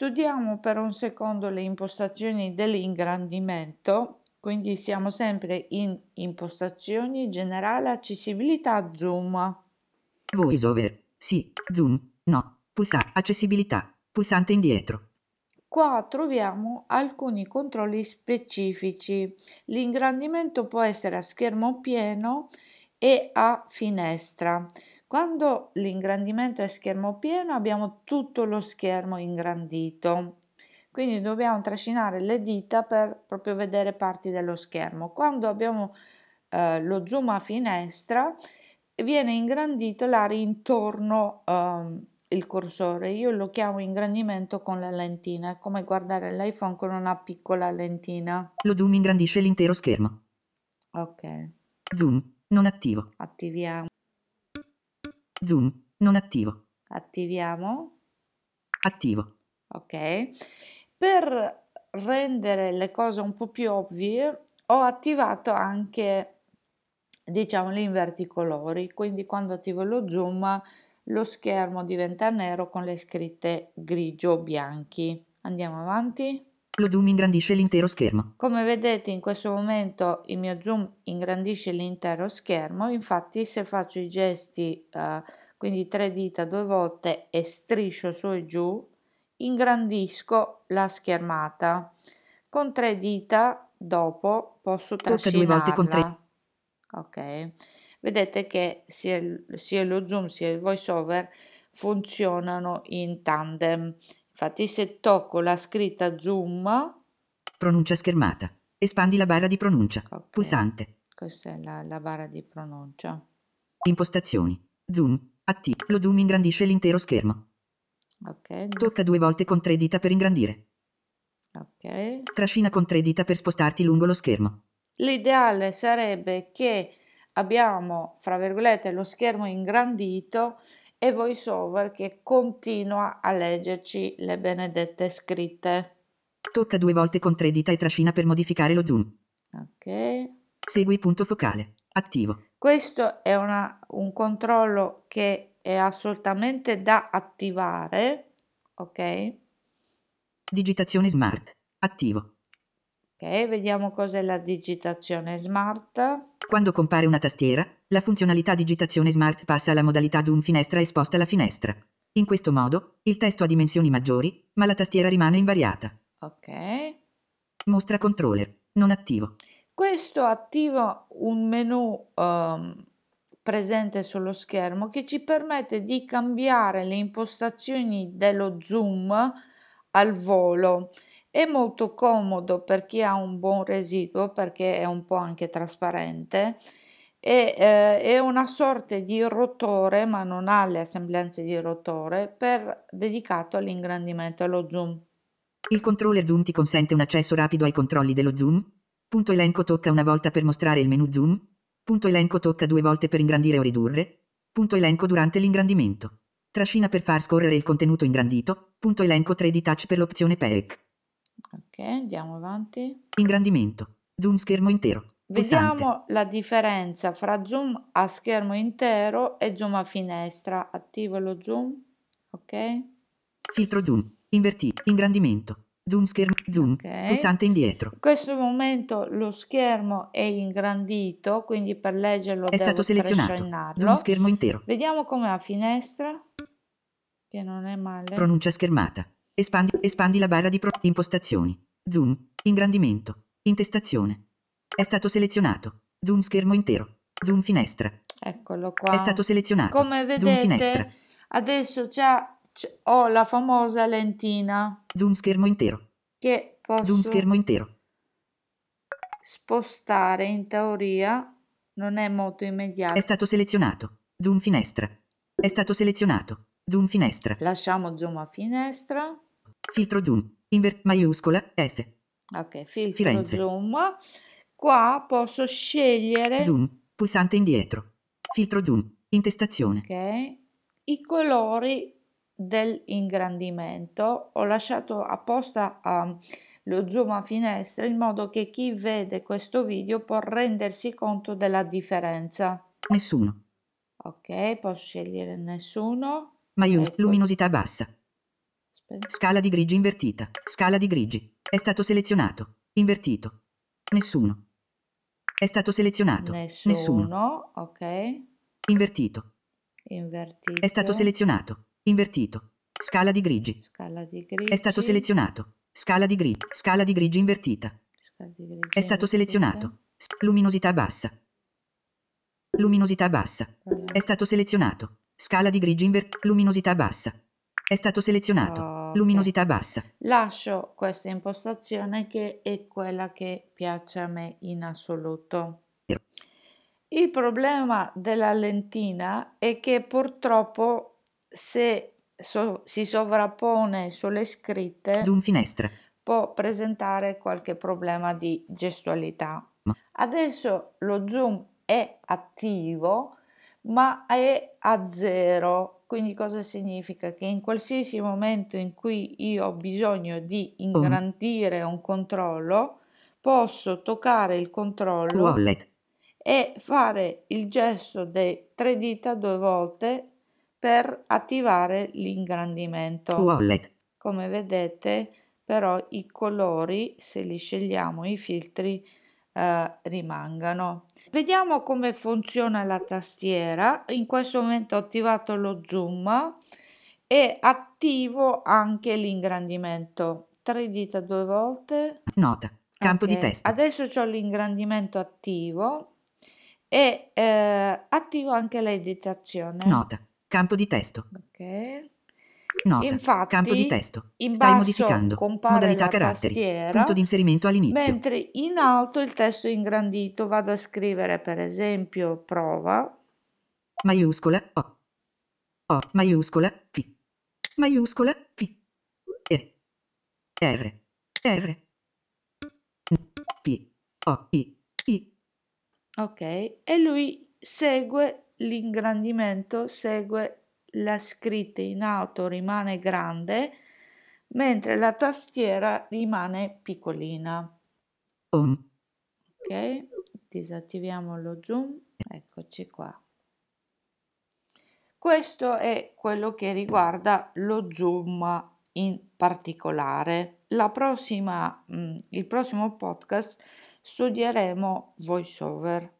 Studiamo per un secondo le impostazioni dell'ingrandimento, quindi siamo sempre in impostazioni, generale, accessibilità, zoom. VoiceOver. Sì. Zoom. No. Accessibilità. Pulsante indietro. Qua troviamo alcuni controlli specifici. L'ingrandimento può essere a schermo pieno e a finestra. Quando l'ingrandimento è a schermo pieno abbiamo tutto lo schermo ingrandito, quindi dobbiamo trascinare le dita per proprio vedere parti dello schermo. Quando abbiamo lo zoom a finestra viene ingrandito l'area intorno il cursore. Io lo chiamo ingrandimento con la lentina, è come guardare l'iPhone con una piccola lentina. Lo zoom ingrandisce l'intero schermo. Ok, Zoom. Non attivo. attiviamo. Zoom. Non attivo. Attiviamo. Attivo. Ok. Per rendere le cose un po' più ovvie, ho attivato anche, diciamo, l'inverticolori, quindi quando attivo lo zoom lo schermo diventa nero con le scritte grigio o bianchi. Andiamo avanti. Lo zoom ingrandisce l'intero schermo. Come vedete in questo momento il mio zoom ingrandisce l'intero schermo, infatti se faccio i gesti, quindi 3 dita 2 volte e striscio su e giù, ingrandisco la schermata. Con 3 dita dopo posso Tocca 2 volte con 3. trascinarla. Ok, vedete che sia lo zoom sia il voiceover funzionano in tandem. Infatti se tocco la scritta zoom, Pronuncia schermata. Espandi la barra di pronuncia. ok, Pulsante. questa è la barra di pronuncia. Impostazioni. Zoom. Attivo. Lo zoom ingrandisce l'intero schermo. Ok, Tocca 2 volte con 3 dita per ingrandire. ok. Trascina con 3 dita per spostarti lungo lo schermo. L'ideale sarebbe che abbiamo, fra virgolette, lo schermo ingrandito e VoiceOver che continua a leggerci le benedette scritte. Tocca 2 volte con 3 dita e trascina per modificare lo zoom. Ok. Segui punto focale. Attivo. Questo è un controllo che è assolutamente da attivare, ok? Digitazione smart. Attivo. Ok, vediamo cos'è la digitazione smart. Quando compare una tastiera, la funzionalità digitazione smart passa alla modalità zoom finestra e sposta la finestra. In questo modo, il testo ha dimensioni maggiori, ma la tastiera rimane invariata. Ok. Mostra controller. Non attivo. Questo attiva un menu presente sullo schermo che ci permette di cambiare le impostazioni dello zoom al volo. È molto comodo per chi ha un buon residuo perché è un po' anche trasparente e è una sorta di rotore, ma non ha le assemblanze di rotore, dedicato all'ingrandimento e allo zoom. Il controller zoom ti consente un accesso rapido ai controlli dello zoom. Punto elenco tocca una volta per mostrare il menu zoom. Punto elenco tocca 2 volte per ingrandire o ridurre. Punto elenco durante l'ingrandimento. Trascina per far scorrere il contenuto ingrandito. Punto elenco 3 di touch per l'opzione PEC. Ok, andiamo avanti. Ingrandimento. Zoom schermo intero. Pulsante. Vediamo la differenza fra zoom a schermo intero e zoom a finestra. Attivo lo zoom, ok? Filtro zoom. Invertito. Ingrandimento. Zoom schermo. Zoom. Ok. Pulsante indietro. In questo momento lo schermo è ingrandito, quindi per leggerlo È stato devo selezionato. Zoom trascinarlo. schermo intero. Vediamo com'è a finestra, che non è male. Pronuncia schermata. Espandi la barra di impostazioni. Zoom. Ingrandimento. Intestazione. È stato selezionato. Zoom schermo intero. Zoom finestra. Eccolo È stato qua. selezionato. Come Zoom finestra. vedete, adesso ho la famosa lentina Zoom schermo intero. che Zoom posso schermo intero. spostare in teoria, non è molto È immediato. stato selezionato. Zoom finestra. È stato selezionato. Zoom finestra. Lasciamo zoom a finestra. Filtro zoom. Maiuscola F. Ok, filtro Firenze. zoom. Qua posso scegliere, Zoom. Pulsante indietro. Filtro zoom. Intestazione. ok, i colori dell'ingrandimento. Ho lasciato apposta lo zoom a finestra in modo che chi vede questo video può rendersi conto della differenza. Nessuno. Ok, posso scegliere nessuno. Maius. Ecco, Luminosità bassa. Scala di grigi invertita. Scala di grigi. È stato selezionato. Invertito. Nessuno. È stato selezionato. Nessuno. Nessuno, ok. Invertito. Invertito. È stato selezionato. Invertito. Scala di grigi. Scala di grigi. È stato selezionato. Scala di grigi. Scala di grigi invertita. Scala di grigi È stato invertita. selezionato. Luminosità bassa. Luminosità bassa. È stato selezionato. Scala di grigi luminosità bassa. È stato selezionato. Ok. Luminosità bassa. Lascio questa impostazione che è quella che piace a me in assoluto. Il problema della lentina è che purtroppo se si sovrappone sulle scritte Zoom finestra. può presentare qualche problema di gestualità. Adesso lo zoom è attivo ma è a 0, quindi cosa significa? Che in qualsiasi momento in cui io ho bisogno di ingrandire un controllo posso toccare il controllo Wallet. e fare il gesto dei 3 dita 2 volte per attivare l'ingrandimento. Wallet. Come vedete, però i colori, se li scegliamo, i filtri rimangano. Vediamo come funziona la tastiera. In questo momento ho attivato lo zoom e attivo anche l'ingrandimento. 3 dita 2 volte. Nota. Campo di Ok, testo. adesso ho l'ingrandimento attivo e attivo anche l'editazione. Nota. Campo di testo. Ok. Nota. Infatti, Campo di testo. in Stai basso modificando. compare Modalità la caratteri. tastiera, Punto di inserimento all'inizio. mentre in alto il testo è ingrandito. Vado a scrivere per esempio prova. Maiuscola O. O. Maiuscola P. Maiuscola P. E. R. R. P. O. I. I. Ok, e lui segue l'ingrandimento, segue la scritta in alto, rimane grande, mentre la tastiera rimane piccolina. Home. Ok, disattiviamo lo zoom, eccoci qua. Questo è quello che riguarda lo zoom in particolare. Il prossimo podcast studieremo VoiceOver.